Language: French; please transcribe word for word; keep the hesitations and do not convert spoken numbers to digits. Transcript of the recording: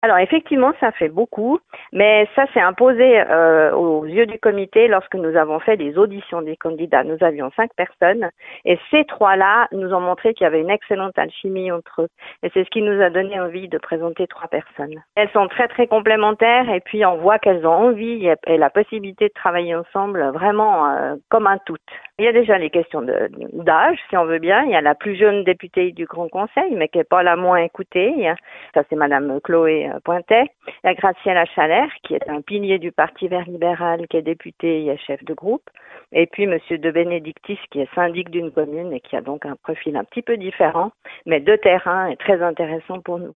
Alors effectivement, ça fait beaucoup, mais ça s'est imposé euh, aux yeux du comité lorsque nous avons fait les auditions des candidats. Nous avions cinq personnes et ces trois-là nous ont montré qu'il y avait une excellente alchimie entre eux. Et c'est ce qui nous a donné envie de présenter trois personnes. Elles sont très très complémentaires et puis on voit qu'elles ont envie et la possibilité de travailler ensemble vraiment euh, comme un tout. Il y a déjà les questions de, d'âge, si on veut bien. Il y a la plus jeune députée du Grand Conseil, mais qui n'est pas la moins écoutée. Ça, c'est Madame Chloé Pointet. Il y a Graciela Chalère, qui est un pilier du Parti vert libéral, qui est député et chef de groupe. Et puis Monsieur De Benedictis, qui est syndic d'une commune et qui a donc un profil un petit peu différent, mais de terrain et très intéressant pour nous.